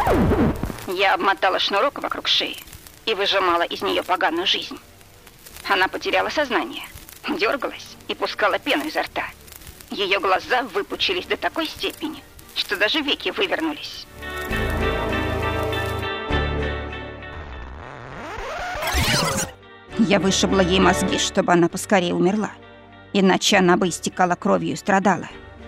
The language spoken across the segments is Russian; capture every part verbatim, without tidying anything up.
Я обмотала шнурок вокруг шеи и выжимала из нее поганую жизнь. Она потеряла сознание, дергалась и пускала пену изо рта. Ее глаза выпучились до такой степени, что даже веки вывернулись. Я вышибла ей мозги, чтобы она поскорее умерла. Иначе она бы истекала кровью и страдала.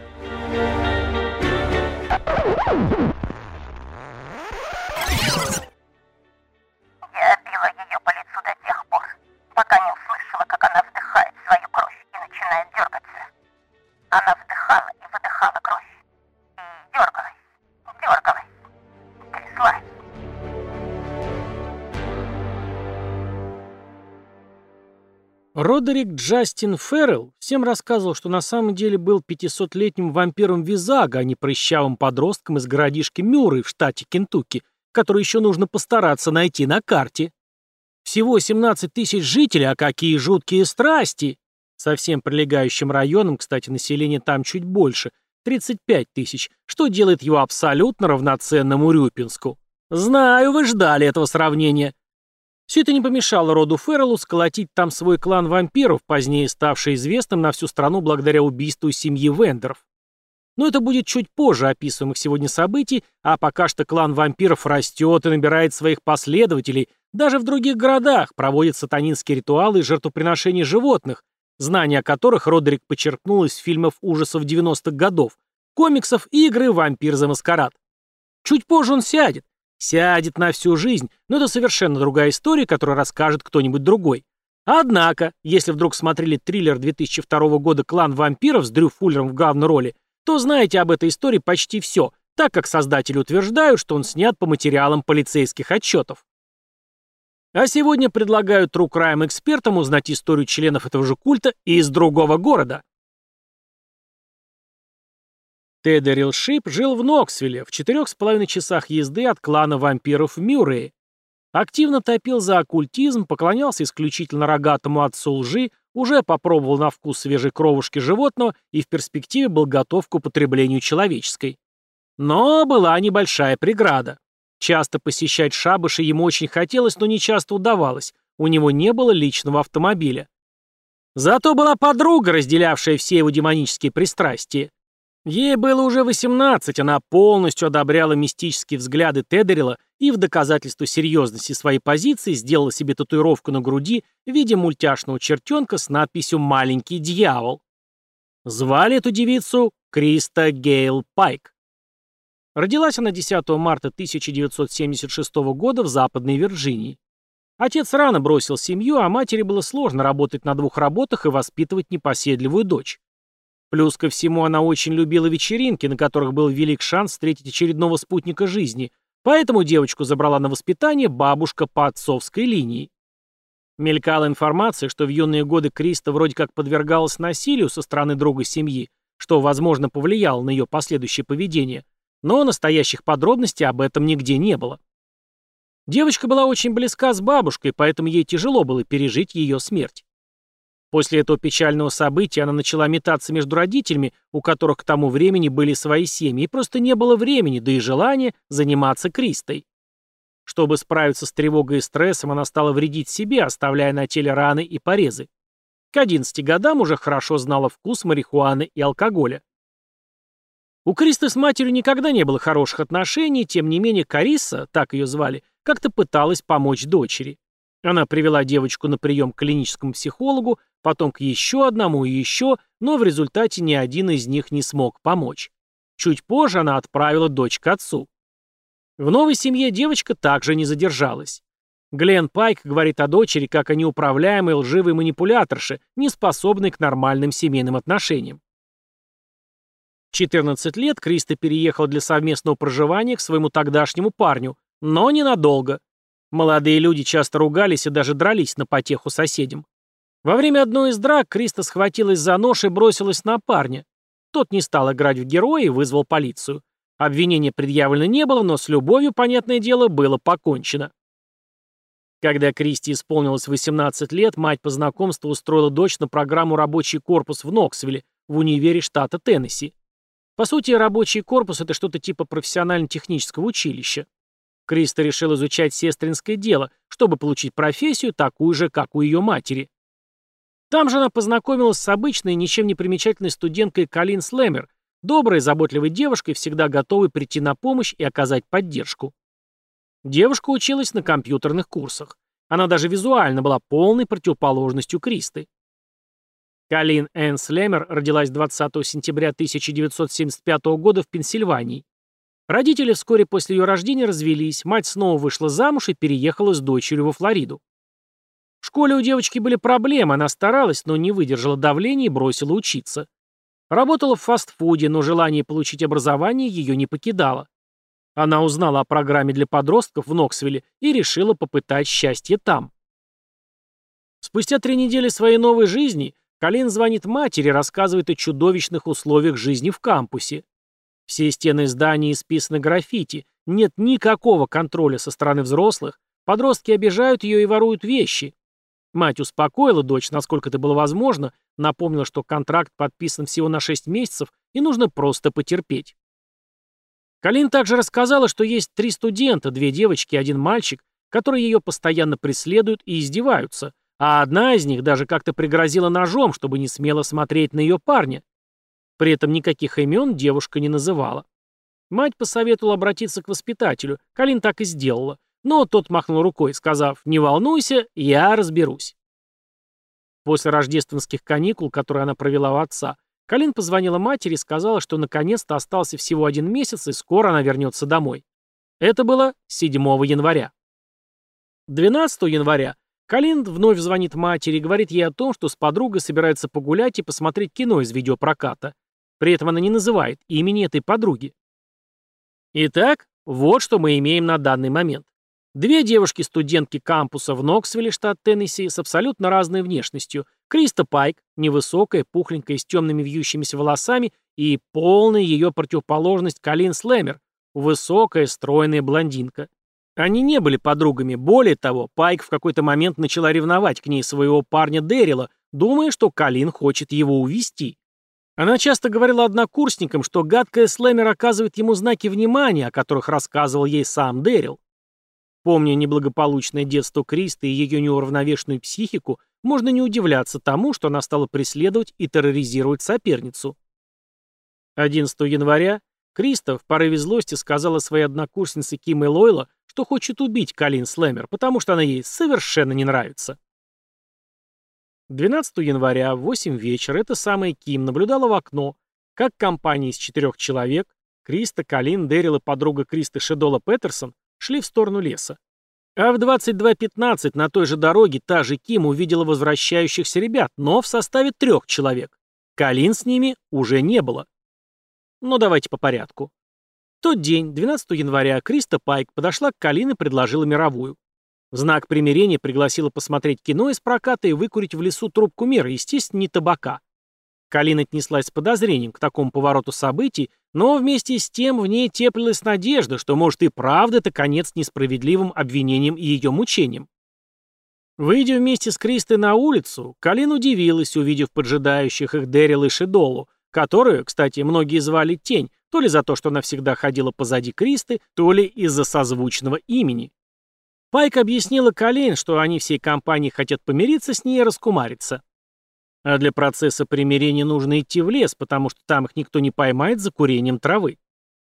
Я била ее по лицу до тех пор, пока не услышала, как она вдыхает свою кровь и начинает дергаться. Она вдыхала и выдыхала кровь. И дергалась, дергалась, тряслась. Родерик Джастин Феррелл всем рассказывал, что на самом деле был пятисотлетним вампиром Визага, а не прыщавым подростком из городишки Мюррей в штате Кентукки, который еще нужно постараться найти на карте. Всего семнадцать тысяч жителей, а какие жуткие страсти! Со всем прилегающим районом, кстати, население там чуть больше, тридцать пять тысяч, что делает его абсолютно равноценным Урюпинску. Знаю, вы ждали этого сравнения. Все это не помешало роду Ферреллу сколотить там свой клан вампиров, позднее ставший известным на всю страну благодаря убийству семьи Вендеров. Но это будет чуть позже описываемых сегодня событий, а пока что клан вампиров растет и набирает своих последователей. Даже в других городах проводят сатанинские ритуалы и жертвоприношения животных, знания о которых Родерик почерпнул из фильмов ужасов девяностых годов, комиксов и игры «Вампир за маскарад». Чуть позже он сядет. Сядет на всю жизнь, но это совершенно другая история, которую расскажет кто-нибудь другой. Однако, если вдруг смотрели триллер две тысячи второго года «Клан вампиров» с Дрю Фуллером в главной роли, то знаете об этой истории почти все, так как создатели утверждают, что он снят по материалам полицейских отчетов. А сегодня предлагаю True Crime экспертам узнать историю членов этого же культа из другого города. Тед Эрил Шип жил в Ноксвилле, в четырех с половиной часах езды от клана вампиров в Мюррее. Активно топил за оккультизм, поклонялся исключительно рогатому отцу лжи, уже попробовал на вкус свежей кровушки животного и в перспективе был готов к употреблению человеческой. Но была небольшая преграда. Часто посещать шабаши ему очень хотелось, но не часто удавалось, у него не было личного автомобиля. Зато была подруга, разделявшая все его демонические пристрастия. Ей было уже восемнадцать, она полностью одобряла мистические взгляды Тедерила и в доказательство серьезности своей позиции сделала себе татуировку на груди в виде мультяшного чертенка с надписью «Маленький дьявол». Звали эту девицу Криста Гейл Пайк. Родилась она десятого марта тысяча девятьсот семьдесят шестого года в Западной Вирджинии. Отец рано бросил семью, а матери было сложно работать на двух работах и воспитывать непоседливую дочь. Плюс ко всему она очень любила вечеринки, на которых был велик шанс встретить очередного спутника жизни, поэтому девочку забрала на воспитание бабушка по отцовской линии. Мелькала информация, что в юные годы Криста вроде как подвергалась насилию со стороны друга семьи, что, возможно, повлияло на ее последующее поведение, но настоящих подробностей об этом нигде не было. Девочка была очень близка с бабушкой, поэтому ей тяжело было пережить ее смерть. После этого печального события она начала метаться между родителями, у которых к тому времени были свои семьи, и просто не было времени, да и желания заниматься Кристой. Чтобы справиться с тревогой и стрессом, она стала вредить себе, оставляя на теле раны и порезы. К одиннадцати годам уже хорошо знала вкус марихуаны и алкоголя. У Кристы с матерью никогда не было хороших отношений, тем не менее Карисса, так ее звали, как-то пыталась помочь дочери. Она привела девочку на прием к клиническому психологу, потом к еще одному и еще, но в результате ни один из них не смог помочь. Чуть позже она отправила дочь к отцу. В новой семье девочка также не задержалась. Глен Пайк говорит о дочери как о неуправляемой лживой манипуляторше, не способной к нормальным семейным отношениям. В четырнадцать лет Криста переехала для совместного проживания к своему тогдашнему парню, но ненадолго. Молодые люди часто ругались и даже дрались на потеху соседям. Во время одной из драк Криста схватилась за нож и бросилась на парня. Тот не стал играть в героя и вызвал полицию. Обвинения предъявлено не было, но с любовью, понятное дело, было покончено. Когда Кристи исполнилось восемнадцать лет, мать по знакомству устроила дочь на программу «Рабочий корпус» в Ноксвилле, в универе штата Теннесси. По сути, рабочий корпус — это что-то типа профессионально-технического училища. Криста решил изучать сестринское дело, чтобы получить профессию, такую же, как у ее матери. Там же она познакомилась с обычной, ничем не примечательной студенткой Колин Слэмер, доброй, заботливой девушкой, всегда готовой прийти на помощь и оказать поддержку. Девушка училась на компьютерных курсах. Она даже визуально была полной противоположностью Кристы. Колин Энн Слэмер родилась двадцатого сентября тысяча девятьсот семьдесят пятого года в Пенсильвании. Родители вскоре после ее рождения развелись, мать снова вышла замуж и переехала с дочерью во Флориду. В школе у девочки были проблемы, она старалась, но не выдержала давления и бросила учиться. Работала в фастфуде, но желание получить образование ее не покидало. Она узнала о программе для подростков в Ноксвилле и решила попытать счастье там. Спустя три недели своей новой жизни Колин звонит матери и рассказывает о чудовищных условиях жизни в кампусе. Все стены здания исписаны граффити, нет никакого контроля со стороны взрослых, подростки обижают ее и воруют вещи. Мать успокоила дочь, насколько это было возможно, напомнила, что контракт подписан всего на шесть месяцев и нужно просто потерпеть. Колин также рассказала, что есть три студента, две девочки и один мальчик, которые ее постоянно преследуют и издеваются, а одна из них даже как-то пригрозила ножом, чтобы не смела смотреть на ее парня. При этом никаких имен девушка не называла. Мать посоветовала обратиться к воспитателю. Колин так и сделала. Но тот махнул рукой, сказав: «Не волнуйся, я разберусь». После рождественских каникул, которые она провела у отца, Колин позвонила матери и сказала, что наконец-то остался всего один месяц и скоро она вернется домой. Это было седьмого января. двенадцатого января Колин вновь звонит матери и говорит ей о том, что с подругой собирается погулять и посмотреть кино из видеопроката. При этом она не называет имени этой подруги. Итак, вот что мы имеем на данный момент. Две девушки-студентки кампуса в Ноксвилле, штат Теннесси, с абсолютно разной внешностью. Криста Пайк, невысокая, пухленькая, с темными вьющимися волосами, и полная ее противоположность Колин Слэмер, высокая, стройная блондинка. Они не были подругами, более того, Пайк в какой-то момент начала ревновать к ней своего парня Дэрила, думая, что Колин хочет его увести. Она часто говорила однокурсникам, что гадкая Слэмер оказывает ему знаки внимания, о которых рассказывал ей сам Дэрил. Помня неблагополучное детство Кристы и ее неуравновешенную психику, можно не удивляться тому, что она стала преследовать и терроризировать соперницу. одиннадцатого января Криста в порыве злости сказала своей однокурснице Ким Элойло, что хочет убить Колин Слэмер, потому что она ей совершенно не нравится. двенадцатого января в восемь вечера эта самая Ким наблюдала в окно, как компания из четырех человек, Криста, Колин, Дэрил и подруга Кристы Шедола Петерсон, шли в сторону леса. А в двадцать два пятнадцать на той же дороге та же Ким увидела возвращающихся ребят, но в составе трех человек. Колин с ними уже не было. Но давайте по порядку. В тот день, двенадцатого января, Криста Пайк подошла к Колин и предложила мировую. В знак примирения пригласила посмотреть кино из проката и выкурить в лесу трубку мира, естественно, не табака. Колин отнеслась с подозрением к такому повороту событий, но вместе с тем в ней теплилась надежда, что, может, и правда это конец несправедливым обвинениям и ее мучениям. Выйдя вместе с Кристой на улицу, Колин удивилась, увидев поджидающих их Дэрил и Шедолу, которую, кстати, многие звали Тень, то ли за то, что она всегда ходила позади Кристы, то ли из-за созвучного имени. Пайк объяснила Колин, что они всей компанией хотят помириться с ней и раскумариться. А для процесса примирения нужно идти в лес, потому что там их никто не поймает за курением травы.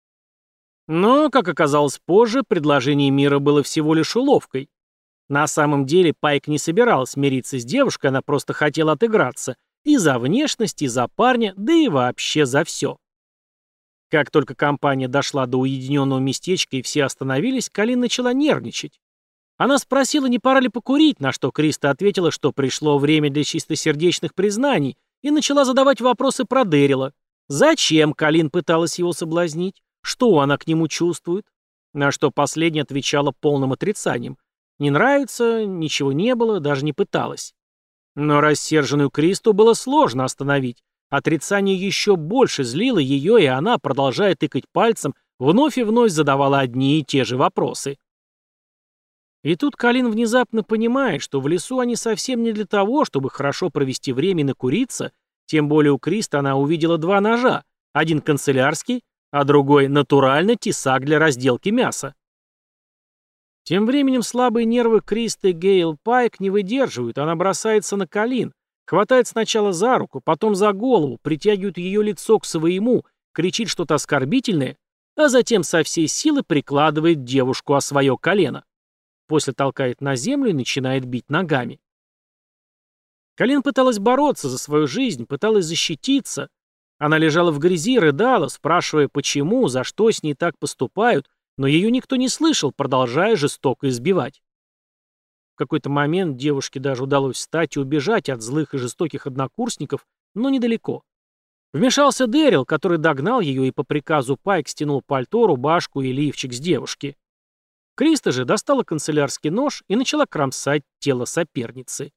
Но, как оказалось позже, предложение мира было всего лишь уловкой. На самом деле Пайк не собиралась мириться с девушкой, она просто хотела отыграться. И за внешность, и за парня, да и вообще за все. Как только компания дошла до уединенного местечка и все остановились, Колин начала нервничать. Она спросила, не пора ли покурить, на что Криста ответила, что пришло время для чистосердечных признаний, и начала задавать вопросы про Дэрила. Зачем Колин пыталась его соблазнить? Что она к нему чувствует? На что последняя отвечала полным отрицанием. Не нравится, ничего не было, даже не пыталась. Но рассерженную Кристу было сложно остановить. Отрицание еще больше злило ее, и она, продолжая тыкать пальцем, вновь и вновь задавала одни и те же вопросы. И тут Колин внезапно понимает, что в лесу они совсем не для того, чтобы хорошо провести время и накуриться, тем более у Криста она увидела два ножа, один канцелярский, а другой натурально тесак для разделки мяса. Тем временем слабые нервы Кристы Гейл Пайк не выдерживают, она бросается на Колин, хватает сначала за руку, потом за голову, притягивает ее лицо к своему, кричит что-то оскорбительное, а затем со всей силы прикладывает девушку о свое колено. После толкает на землю и начинает бить ногами. Колин пыталась бороться за свою жизнь, пыталась защититься. Она лежала в грязи, рыдала, спрашивая, почему, за что с ней так поступают, но ее никто не слышал, продолжая жестоко избивать. В какой-то момент девушке даже удалось встать и убежать от злых и жестоких однокурсников, но недалеко. Вмешался Дэрил, который догнал ее и по приказу Пайк стянул пальто, рубашку и лифчик с девушки. Криста же достала канцелярский нож и начала кромсать тело соперницы.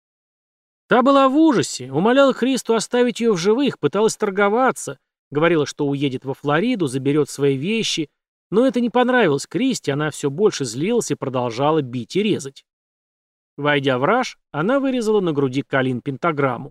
Та была в ужасе, умоляла Кристу оставить ее в живых, пыталась торговаться, говорила, что уедет во Флориду, заберет свои вещи, но это не понравилось Кристи, она все больше злилась и продолжала бить и резать. Войдя в раж, она вырезала на груди Колин пентаграмму.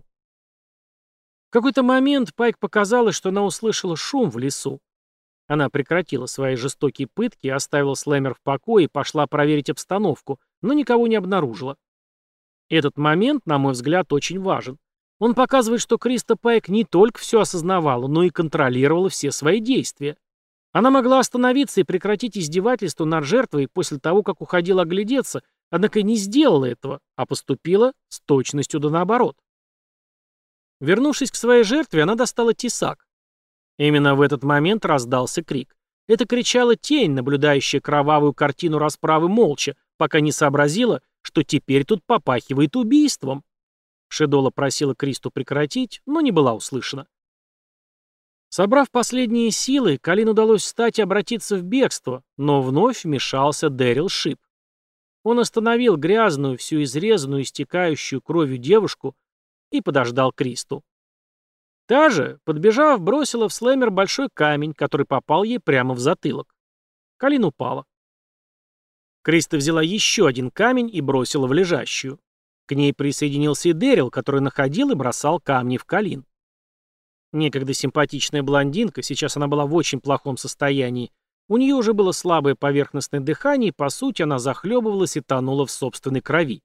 В какой-то момент Пайк показалось, что она услышала шум в лесу. Она прекратила свои жестокие пытки, оставила Слэмер в покое и пошла проверить обстановку, но никого не обнаружила. Этот момент, на мой взгляд, очень важен. Он показывает, что Криста Пайк не только все осознавала, но и контролировала все свои действия. Она могла остановиться и прекратить издевательство над жертвой после того, как уходила оглядеться, однако не сделала этого, а поступила с точностью да наоборот. Вернувшись к своей жертве, она достала тесак. Именно в этот момент раздался крик. Это кричала тень, наблюдающая кровавую картину расправы молча, пока не сообразила, что теперь тут попахивает убийством. Шедола просила Кристу прекратить, но не была услышана. Собрав последние силы, Колин удалось встать и обратиться в бегство, но вновь вмешался Дэрил Шип. Он остановил грязную, всю изрезанную, истекающую кровью девушку и подождал Кристу. Та же, подбежав, бросила в Слэмер большой камень, который попал ей прямо в затылок. Колин упала. Криста взяла еще один камень и бросила в лежащую. К ней присоединился и Дэрил, который находил и бросал камни в Колин. Некогда симпатичная блондинка, сейчас она была в очень плохом состоянии, у нее уже было слабое поверхностное дыхание, и, по сути, она захлебывалась и тонула в собственной крови.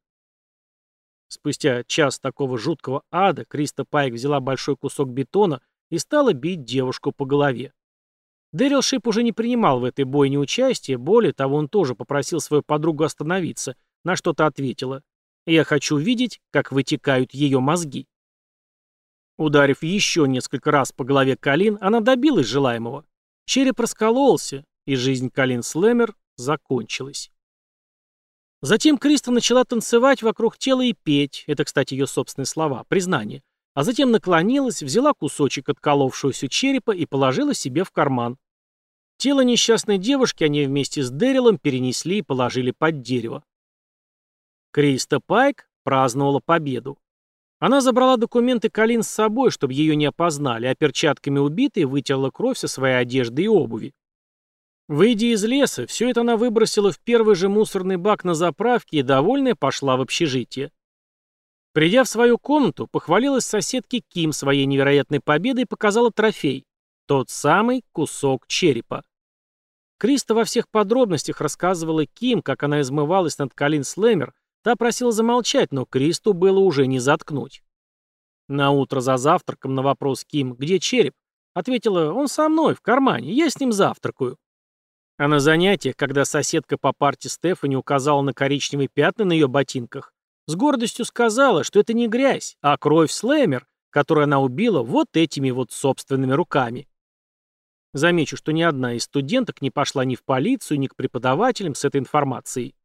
Спустя час такого жуткого ада Криста Пайк взяла большой кусок бетона и стала бить девушку по голове. Дэрил Шип уже не принимал в этой бойне участия, более того, он тоже попросил свою подругу остановиться, на что та ответила: «Я хочу видеть, как вытекают ее мозги». Ударив еще несколько раз по голове Колин, она добилась желаемого. Череп раскололся, и жизнь Колин Слэмер закончилась. Затем Криста начала танцевать вокруг тела и петь, это, кстати, ее собственные слова, признание, а затем наклонилась, взяла кусочек отколовшегося черепа и положила себе в карман. Тело несчастной девушки они вместе с Дэрилом перенесли и положили под дерево. Криста Пайк праздновала победу. Она забрала документы Колин с собой, чтобы ее не опознали, а перчатками убитой вытерла кровь со своей одежды и обуви. Выйдя из леса, все это она выбросила в первый же мусорный бак на заправке и, довольная, пошла в общежитие. Придя в свою комнату, похвалилась соседке Ким своей невероятной победой и показала трофей — тот самый кусок черепа. Криста во всех подробностях рассказывала Ким, как она измывалась над Колин Слэмер. Та просила замолчать, но Кристу было уже не заткнуть. Наутро за завтраком на вопрос Ким «Где череп?» ответила: «Он со мной, в кармане, я с ним завтракаю». А на занятиях, когда соседка по парте Стефани указала на коричневые пятна на ее ботинках, с гордостью сказала, что это не грязь, а кровь Слэмер, которую она убила вот этими вот собственными руками. Замечу, что ни одна из студенток не пошла ни в полицию, ни к преподавателям с этой информацией.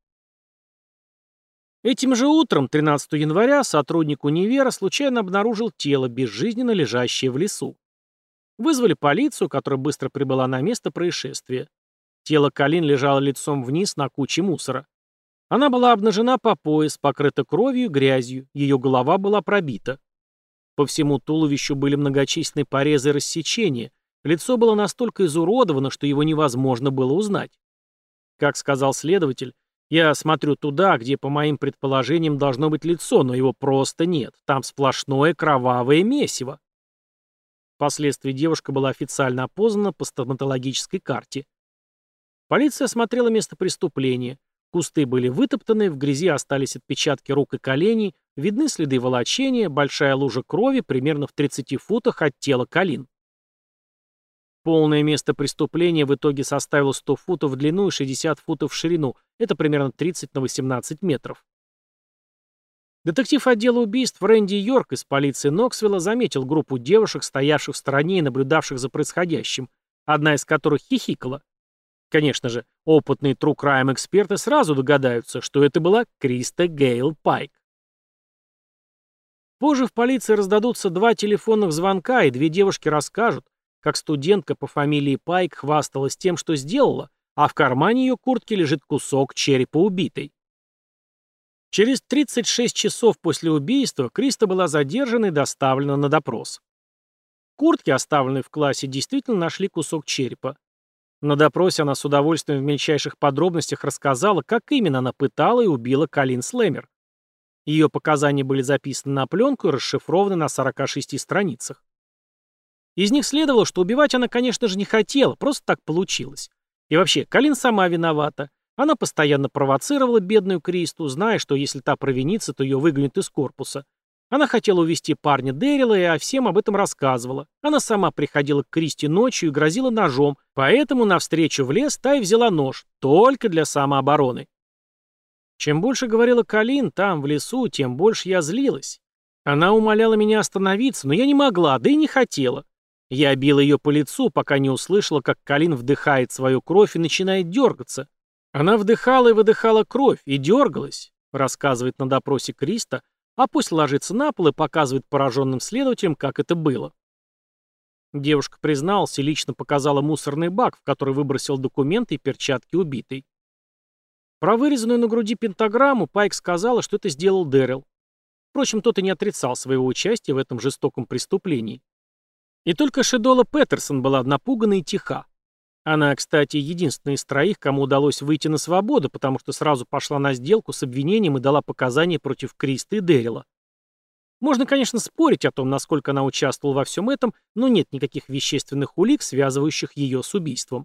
Этим же утром, тринадцатого января, сотрудник универа случайно обнаружил тело, безжизненно лежащее в лесу. Вызвали полицию, которая быстро прибыла на место происшествия. Тело Колин лежало лицом вниз на куче мусора. Она была обнажена по пояс, покрыта кровью и грязью, ее голова была пробита. По всему туловищу были многочисленные порезы и рассечения, лицо было настолько изуродовано, что его невозможно было узнать. Как сказал следователь, я смотрю туда, где, по моим предположениям, должно быть лицо, но его просто нет. Там сплошное кровавое месиво. Впоследствии девушка была официально опознана по стоматологической карте. Полиция осмотрела место преступления. Кусты были вытоптаны, в грязи остались отпечатки рук и коленей, видны следы волочения, большая лужа крови примерно в тридцати футах от тела Колин. Полное место преступления в итоге составило сто футов в длину и шестьдесят футов в ширину, это примерно тридцать на восемнадцать метров. Детектив отдела убийств Рэнди Йорк из полиции Ноксвилла заметил группу девушек, стоявших в стороне и наблюдавших за происходящим, одна из которых хихикала. Конечно же, опытные true crime эксперты сразу догадаются, что это была Криста Гейл Пайк. Позже в полиции раздадутся два телефонных звонка, и две девушки расскажут, как студентка по фамилии Пайк хвасталась тем, что сделала, а в кармане ее куртки лежит кусок черепа убитой. Через тридцать шесть часов после убийства Криста была задержана и доставлена на допрос. В куртке, оставленной в классе, действительно нашли кусок черепа. На допросе она с удовольствием в мельчайших подробностях рассказала, как именно она пытала и убила Колин Слэмер. Ее показания были записаны на пленку и расшифрованы на сорока шести страницах. Из них следовало, что убивать она, конечно же, не хотела, просто так получилось. И вообще, Колин сама виновата. Она постоянно провоцировала бедную Кристу, зная, что если та провинится, то ее выгонят из корпуса. Она хотела увести парня Дэрила и всем об этом рассказывала. Она сама приходила к Кристи ночью и грозила ножом, поэтому навстречу в лес та и взяла нож, только для самообороны. Чем больше говорила Колин там, в лесу, тем больше я злилась. Она умоляла меня остановиться, но я не могла, да и не хотела. Я била ее по лицу, пока не услышала, как Колин вдыхает свою кровь и начинает дергаться. Она вдыхала и выдыхала кровь и дергалась, рассказывает на допросе Криста, а пусть ложится на пол и показывает пораженным следователям, как это было. Девушка призналась и лично показала мусорный бак, в который выбросил документы и перчатки убитой. Про вырезанную на груди пентаграмму Пайк сказала, что это сделал Дэрил. Впрочем, тот и не отрицал своего участия в этом жестоком преступлении. И только Шедола Петерсон была напугана и тиха. Она, кстати, единственная из троих, кому удалось выйти на свободу, потому что сразу пошла на сделку с обвинением и дала показания против Криста и Дэрила. Можно, конечно, спорить о том, насколько она участвовала во всем этом, но нет никаких вещественных улик, связывающих ее с убийством.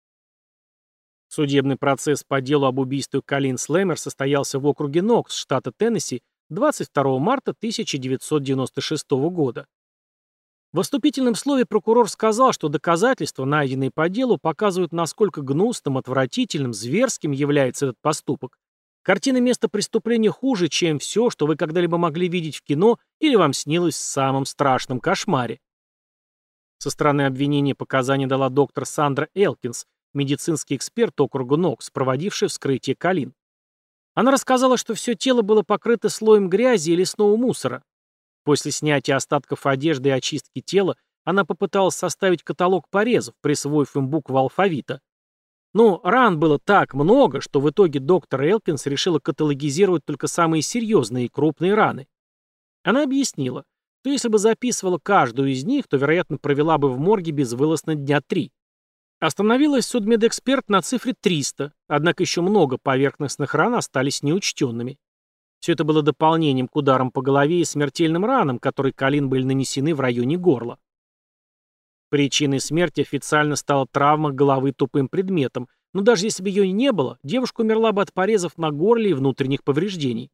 Судебный процесс по делу об убийстве Колин Слэмер состоялся в округе Нокс, штата Теннесси, двадцать второго марта тысяча девятьсот девяносто шестого года. В вступительном слове прокурор сказал, что доказательства, найденные по делу, показывают, насколько гнусным, отвратительным, зверским является этот поступок. Картина места преступления хуже, чем все, что вы когда-либо могли видеть в кино или вам снилось в самом страшном кошмаре. Со стороны обвинения показания дала доктор Сандра Элкинс, медицинский эксперт округа Нокс, проводивший вскрытие Колин. Она рассказала, что все тело было покрыто слоем грязи и лесного мусора. После снятия остатков одежды и очистки тела она попыталась составить каталог порезов, присвоив им буквы алфавита. Но ран было так много, что в итоге доктор Элкинс решила каталогизировать только самые серьезные и крупные раны. Она объяснила, что если бы записывала каждую из них, то, вероятно, провела бы в морге безвылазно дня три. Остановилась судмедэксперт на цифре триста, однако еще много поверхностных ран остались неучтенными. Все это было дополнением к ударам по голове и смертельным ранам, которые Колин были нанесены в районе горла. Причиной смерти официально стала травма головы тупым предметом, но даже если бы ее и не было, девушка умерла бы от порезов на горле и внутренних повреждений.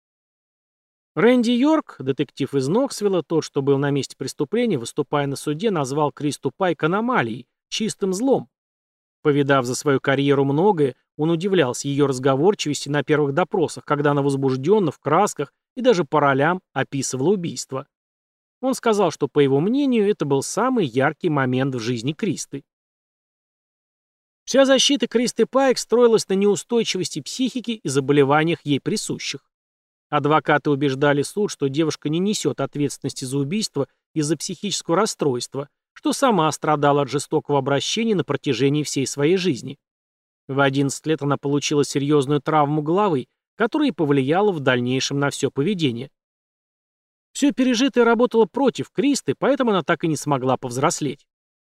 Рэнди Йорк, детектив из Ноксвилла, тот, что был на месте преступления, выступая на суде, назвал Кристу Пайк аномалией, чистым злом. Повидав за свою карьеру многое, он удивлялся ее разговорчивости на первых допросах, когда она возбужденно, в красках и даже по ролям описывала убийство. Он сказал, что, по его мнению, это был самый яркий момент в жизни Кристы. Вся защита Кристы Пайк строилась на неустойчивости психики и заболеваниях ей присущих. Адвокаты убеждали суд, что девушка не несет ответственности за убийство из-за психического расстройства, что сама страдала от жестокого обращения на протяжении всей своей жизни. В одиннадцать лет она получила серьезную травму головы, которая и повлияла в дальнейшем на все поведение. Все пережитое работало против Кристы, поэтому она так и не смогла повзрослеть.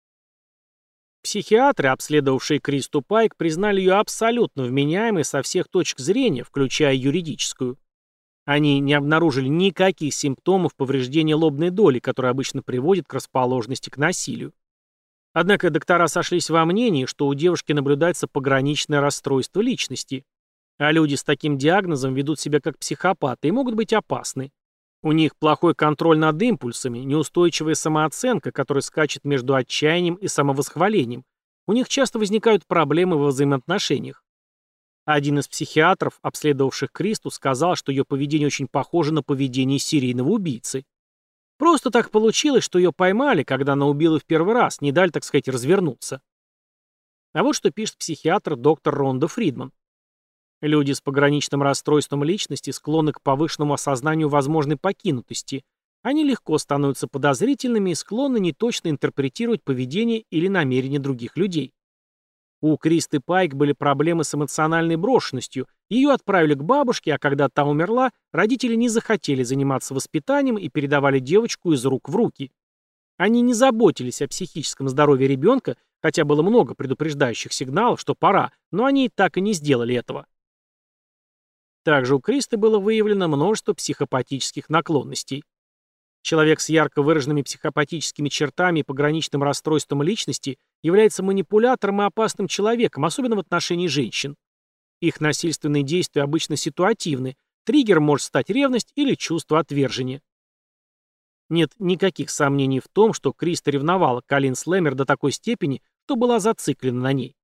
Психиатры, обследовавшие Кристу Пайк, признали ее абсолютно вменяемой со всех точек зрения, включая юридическую. Они не обнаружили никаких симптомов повреждения лобной доли, которые обычно приводят к расположенности к насилию. Однако доктора сошлись во мнении, что у девушки наблюдается пограничное расстройство личности. А люди с таким диагнозом ведут себя как психопаты и могут быть опасны. У них плохой контроль над импульсами, неустойчивая самооценка, которая скачет между отчаянием и самовосхвалением. У них часто возникают проблемы во взаимоотношениях. Один из психиатров, обследовавших Кристу, сказал, что ее поведение очень похоже на поведение серийного убийцы. Просто так получилось, что ее поймали, когда она убила в первый раз, не дали, так сказать, развернуться. А вот что пишет психиатр доктор Ронда Фридман. Люди с пограничным расстройством личности склонны к повышенному осознанию возможной покинутости. Они легко становятся подозрительными и склонны неточно интерпретировать поведение или намерения других людей. У Кристы Пайк были проблемы с эмоциональной брошенностью, ее отправили к бабушке, а когда та умерла, родители не захотели заниматься воспитанием и передавали девочку из рук в руки. Они не заботились о психическом здоровье ребенка, хотя было много предупреждающих сигналов, что пора, но они так и не сделали этого. Также у Кристы было выявлено множество психопатических наклонностей. Человек с ярко выраженными психопатическими чертами и пограничным расстройством личности является манипулятором и опасным человеком, особенно в отношении женщин. Их насильственные действия обычно ситуативны, триггером может стать ревность или чувство отвержения. Нет никаких сомнений в том, что Криста ревновала Колин Слэмер до такой степени, что была зациклена на ней.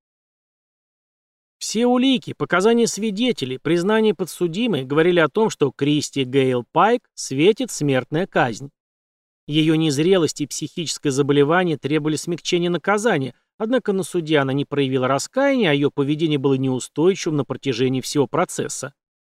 Все улики, показания свидетелей, признания подсудимой говорили о том, что Кристи Гейл Пайк светит смертная казнь. Ее незрелость и психическое заболевание требовали смягчения наказания, однако на суде она не проявила раскаяния, а ее поведение было неустойчивым на протяжении всего процесса.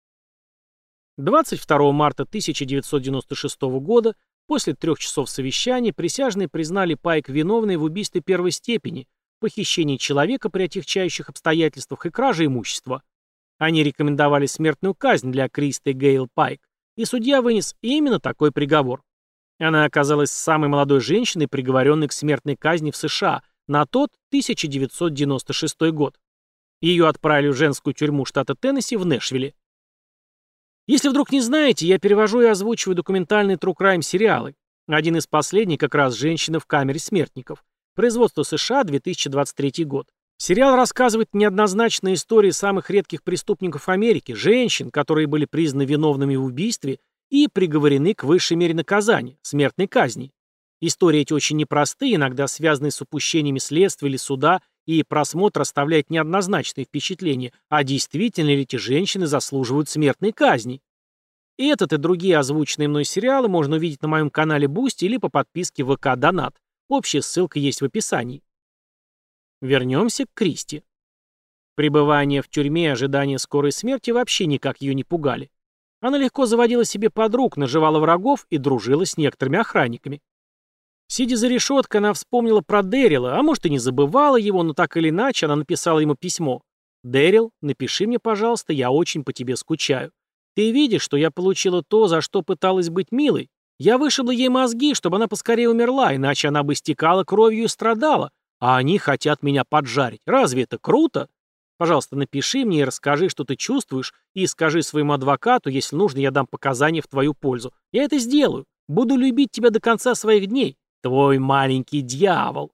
двадцать второго марта тысяча девятьсот девяносто шестого года, после трех часов совещания, присяжные признали Пайк виновной в убийстве первой степени, похищении человека при отягчающих обстоятельствах и краже имущества. Они рекомендовали смертную казнь для Кристи Гейл Пайк, и судья вынес именно такой приговор. Она оказалась самой молодой женщиной, приговоренной к смертной казни в США на тот тысяча девятьсот девяносто шестой год. Ее отправили в женскую тюрьму штата Теннесси в Нэшвилле. Если вдруг не знаете, я перевожу и озвучиваю документальные true crime сериалы. Один из последних как раз «Женщина в камере смертников». Производство США, две тысячи двадцать третий год. Сериал рассказывает неоднозначные истории самых редких преступников Америки, женщин, которые были признаны виновными в убийстве и приговорены к высшей мере наказания – смертной казни. Истории эти очень непростые, иногда связанные с упущениями следствия или суда, и просмотр оставляет неоднозначные впечатления, а действительно ли эти женщины заслуживают смертной казни. И этот и другие озвученные мной сериалы можно увидеть на моем канале Boosty или по подписке вэ ка Донат. Общая ссылка есть в описании. Вернемся к Кристи. Пребывание в тюрьме и ожидание скорой смерти вообще никак ее не пугали. Она легко заводила себе подруг, наживала врагов и дружила с некоторыми охранниками. Сидя за решеткой, она вспомнила про Дэрила, а может и не забывала его, но так или иначе она написала ему письмо. «Дэрил, напиши мне, пожалуйста, я очень по тебе скучаю. Ты видишь, что я получила то, за что пыталась быть милой? Я вышибла ей мозги, чтобы она поскорее умерла, иначе она бы истекала кровью и страдала. А они хотят меня поджарить. Разве это круто? Пожалуйста, напиши мне и расскажи, что ты чувствуешь, и скажи своему адвокату, если нужно, я дам показания в твою пользу. Я это сделаю. Буду любить тебя до конца своих дней. Твой маленький дьявол».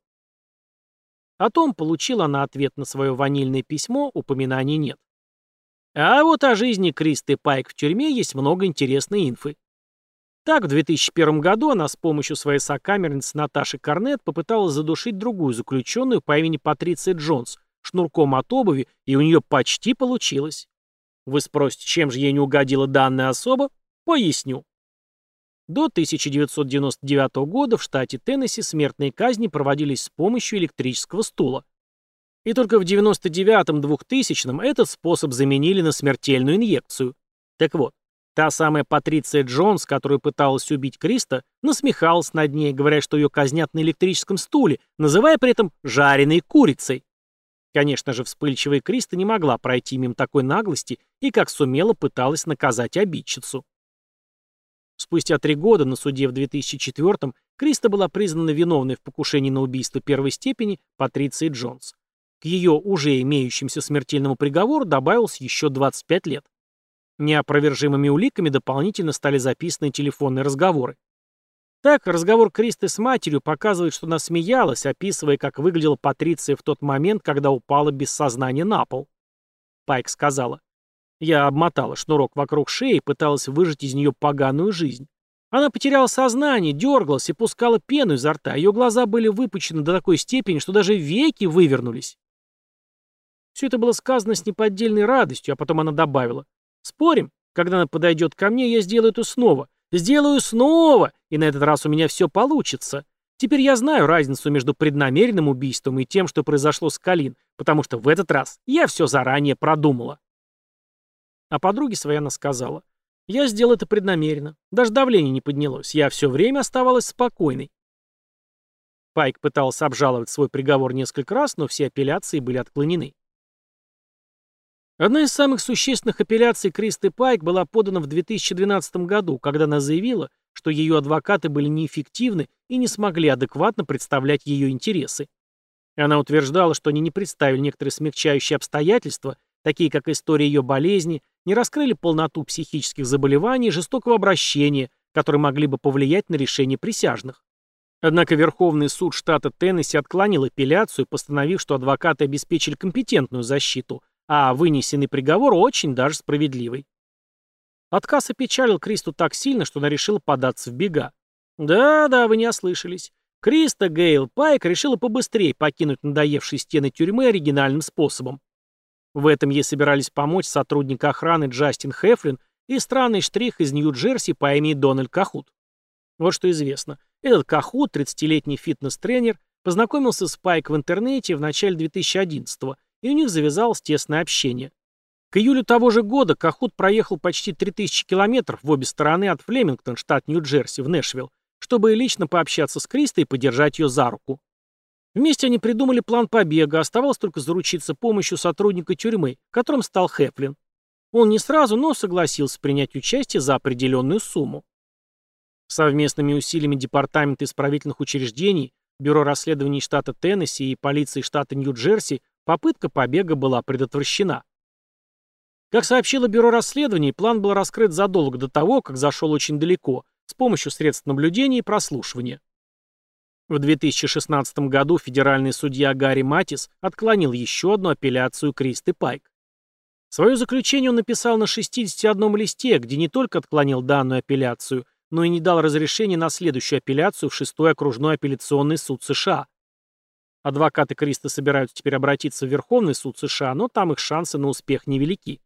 О том, получила она ответ на свое ванильное письмо, упоминаний нет. А вот о жизни Кристи Пайк в тюрьме есть много интересной инфы. Так, в две тысячи первом году она с помощью своей сокамерницы Наташи Корнет попыталась задушить другую заключенную по имени Патриция Джонс шнурком от обуви, и у нее почти получилось. Вы спросите, чем же ей не угодила данная особа? Поясню. До тысяча девятьсот девяносто девятого года в штате Теннесси смертные казни проводились с помощью электрического стула. И только в девяносто девятом-двухтысячном этот способ заменили на смертельную инъекцию. Так вот, та самая Патриция Джонс, которую пыталась убить Криста, насмехалась над ней, говоря, что ее казнят на электрическом стуле, называя при этом «жареной курицей». Конечно же, вспыльчивая Криста не могла пройти мимо такой наглости и как сумела пыталась наказать обидчицу. Спустя три года на суде в две тысячи четвёртом Криста была признана виновной в покушении на убийство первой степени Патриции Джонс. К ее уже имеющемуся смертельному приговору добавилось еще двадцать пять лет. Неопровержимыми уликами дополнительно стали записаны телефонные разговоры. Так, разговор Кристы с матерью показывает, что она смеялась, описывая, как выглядела Патриция в тот момент, когда упала без сознания на пол. Пайк сказала: Я обмотала шнурок вокруг шеи и пыталась выжать из нее поганую жизнь. Она потеряла сознание, дергалась и пускала пену изо рта. Ее глаза были выпучены до такой степени, что даже веки вывернулись. Все это было сказано с неподдельной радостью, а потом она добавила: «Спорим, когда она подойдет ко мне, я сделаю это снова. Сделаю снова, и на этот раз у меня все получится. Теперь я знаю разницу между преднамеренным убийством и тем, что произошло с Калин, потому что в этот раз я все заранее продумала». А подруге своей она сказала: «Я сделал это преднамеренно. Даже давление не поднялось. Я все время оставалась спокойной». Пайк пытался обжаловать свой приговор несколько раз, но все апелляции были отклонены. Одна из самых существенных апелляций Кристи Пайк была подана в две тысячи двенадцатом году, когда она заявила, что ее адвокаты были неэффективны и не смогли адекватно представлять ее интересы. Она утверждала, что они не представили некоторые смягчающие обстоятельства, такие как история ее болезни, не раскрыли полноту психических заболеваний и жестокого обращения, которые могли бы повлиять на решение присяжных. Однако Верховный суд штата Теннесси отклонил апелляцию, постановив, что адвокаты обеспечили компетентную защиту, а вынесенный приговор очень даже справедливый. Отказ опечалил Кристу так сильно, что она решила податься в бега. Да-да, вы не ослышались. Криста Гейл Пайк решила побыстрее покинуть надоевшие стены тюрьмы оригинальным способом. В этом ей собирались помочь сотрудник охраны Джастин Хефлин и странный штрих из Нью-Джерси по имени Дональд Кахут. Вот что известно. Этот Кахут, тридцатилетний фитнес-тренер, познакомился с Пайк в интернете в начале две тысячи одиннадцатого, и у них завязалось тесное общение. К июлю того же года Кахут проехал почти три тысячи километров в обе стороны от Флемингтон, штат Нью-Джерси, в Нэшвилл, чтобы лично пообщаться с Кристой и подержать ее за руку. Вместе они придумали план побега, оставалось только заручиться помощью сотрудника тюрьмы, которым стал Хефлин. Он не сразу, но согласился принять участие за определенную сумму. Совместными усилиями Департамента исправительных учреждений, Бюро расследований штата Теннесси и полиции штата Нью-Джерси попытка побега была предотвращена. Как сообщило Бюро расследований, план был раскрыт задолго до того, как зашел очень далеко, с помощью средств наблюдения и прослушивания. В две тысячи шестнадцатом году федеральный судья Гарри Матис отклонил еще одну апелляцию Кристи Пайк. Свое заключение он написал на шестидесяти одном листе, где не только отклонил данную апелляцию, но и не дал разрешения на следующую апелляцию в шестой окружной апелляционный суд США. Адвокаты Кристи собираются теперь обратиться в Верховный суд США, но там их шансы на успех невелики.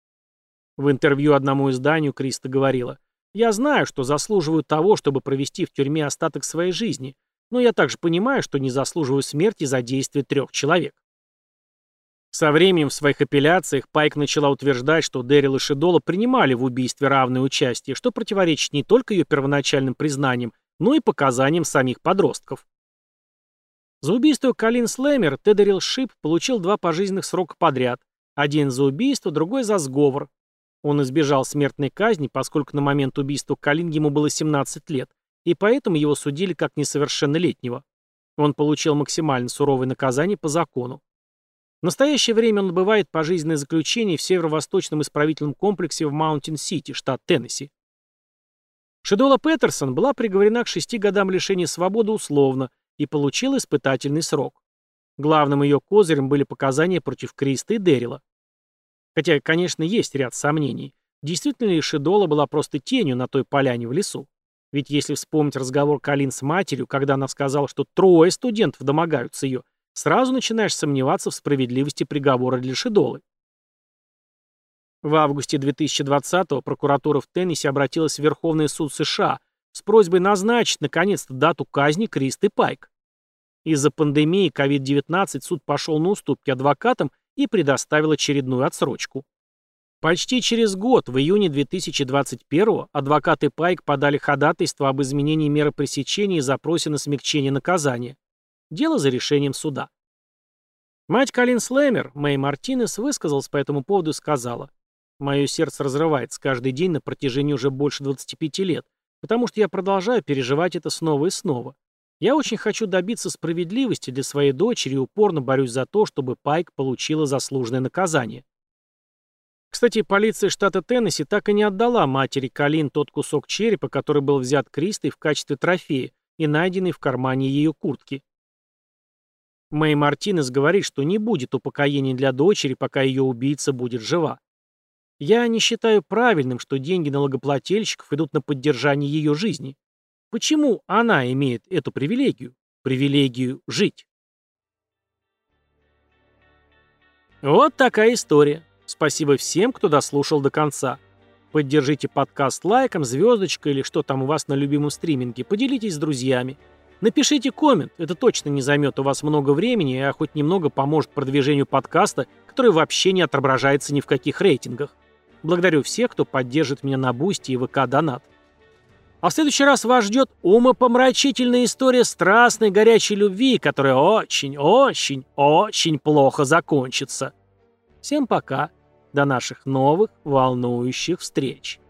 В интервью одному изданию Кристи говорила: «Я знаю, что заслуживаю того, чтобы провести в тюрьме остаток своей жизни, но я также понимаю, что не заслуживаю смерти за действия трех человек». Со временем в своих апелляциях Пайк начала утверждать, что Дэрил и Шидола принимали в убийстве равное участие, что противоречит не только ее первоначальным признаниям, но и показаниям самих подростков. За убийство Калин Слэмер Тедерил Шип получил два пожизненных срока подряд, один за убийство, другой за сговор. Он избежал смертной казни, поскольку на момент убийства Калин ему было семнадцать лет, и поэтому его судили как несовершеннолетнего. Он получил максимально суровое наказание по закону. В настоящее время он отбывает пожизненное заключение в северо-восточном исправительном комплексе в Маунтин-Сити, штат Теннесси. Шидола Петерсон была приговорена к шести годам лишения свободы условно и получила испытательный срок. Главным ее козырем были показания против Кристи и Дэрила. Хотя, конечно, есть ряд сомнений. Действительно ли Шидола была просто тенью на той поляне в лесу? Ведь если вспомнить разговор Калин с матерью, когда она сказала, что трое студентов домогаются ее, сразу начинаешь сомневаться в справедливости приговора для Шидолы. В августе две тысячи двадцатого прокуратура в Теннесси обратилась в Верховный суд США с просьбой назначить, наконец-то, дату казни Кристи Пайк. Из-за пандемии ковид девятнадцать суд пошел на уступки адвокатам и предоставил очередную отсрочку. Почти через год, в июне две тысячи двадцать первого, адвокаты Пайк подали ходатайство об изменении меры пресечения и запросе на смягчение наказания. Дело за решением суда. Мать Калин Слэмер, Мэй Мартинес, высказалась по этому поводу и сказала: «Мое сердце разрывается каждый день на протяжении уже больше двадцати пяти лет, потому что я продолжаю переживать это снова и снова. Я очень хочу добиться справедливости для своей дочери и упорно борюсь за то, чтобы Пайк получила заслуженное наказание». Кстати, полиция штата Теннесси так и не отдала матери Калин тот кусок черепа, который был взят Кристой в качестве трофея и найденный в кармане ее куртки. Мэй Мартинес говорит, что не будет упокоения для дочери, пока ее убийца будет жива. Я не считаю правильным, что деньги налогоплательщиков идут на поддержание ее жизни. Почему она имеет эту привилегию? Привилегию жить. Вот такая история. Спасибо всем, кто дослушал до конца. Поддержите подкаст лайком, звездочкой или что там у вас на любимом стриминге. Поделитесь с друзьями. Напишите коммент, это точно не займет у вас много времени, а хоть немного поможет продвижению подкаста, который вообще не отображается ни в каких рейтингах. Благодарю всех, кто поддержит меня на Бусти и ВК Донат. А в следующий раз вас ждет умопомрачительная история страстной горячей любви, которая очень, очень, очень плохо закончится. Всем пока. До наших новых волнующих встреч.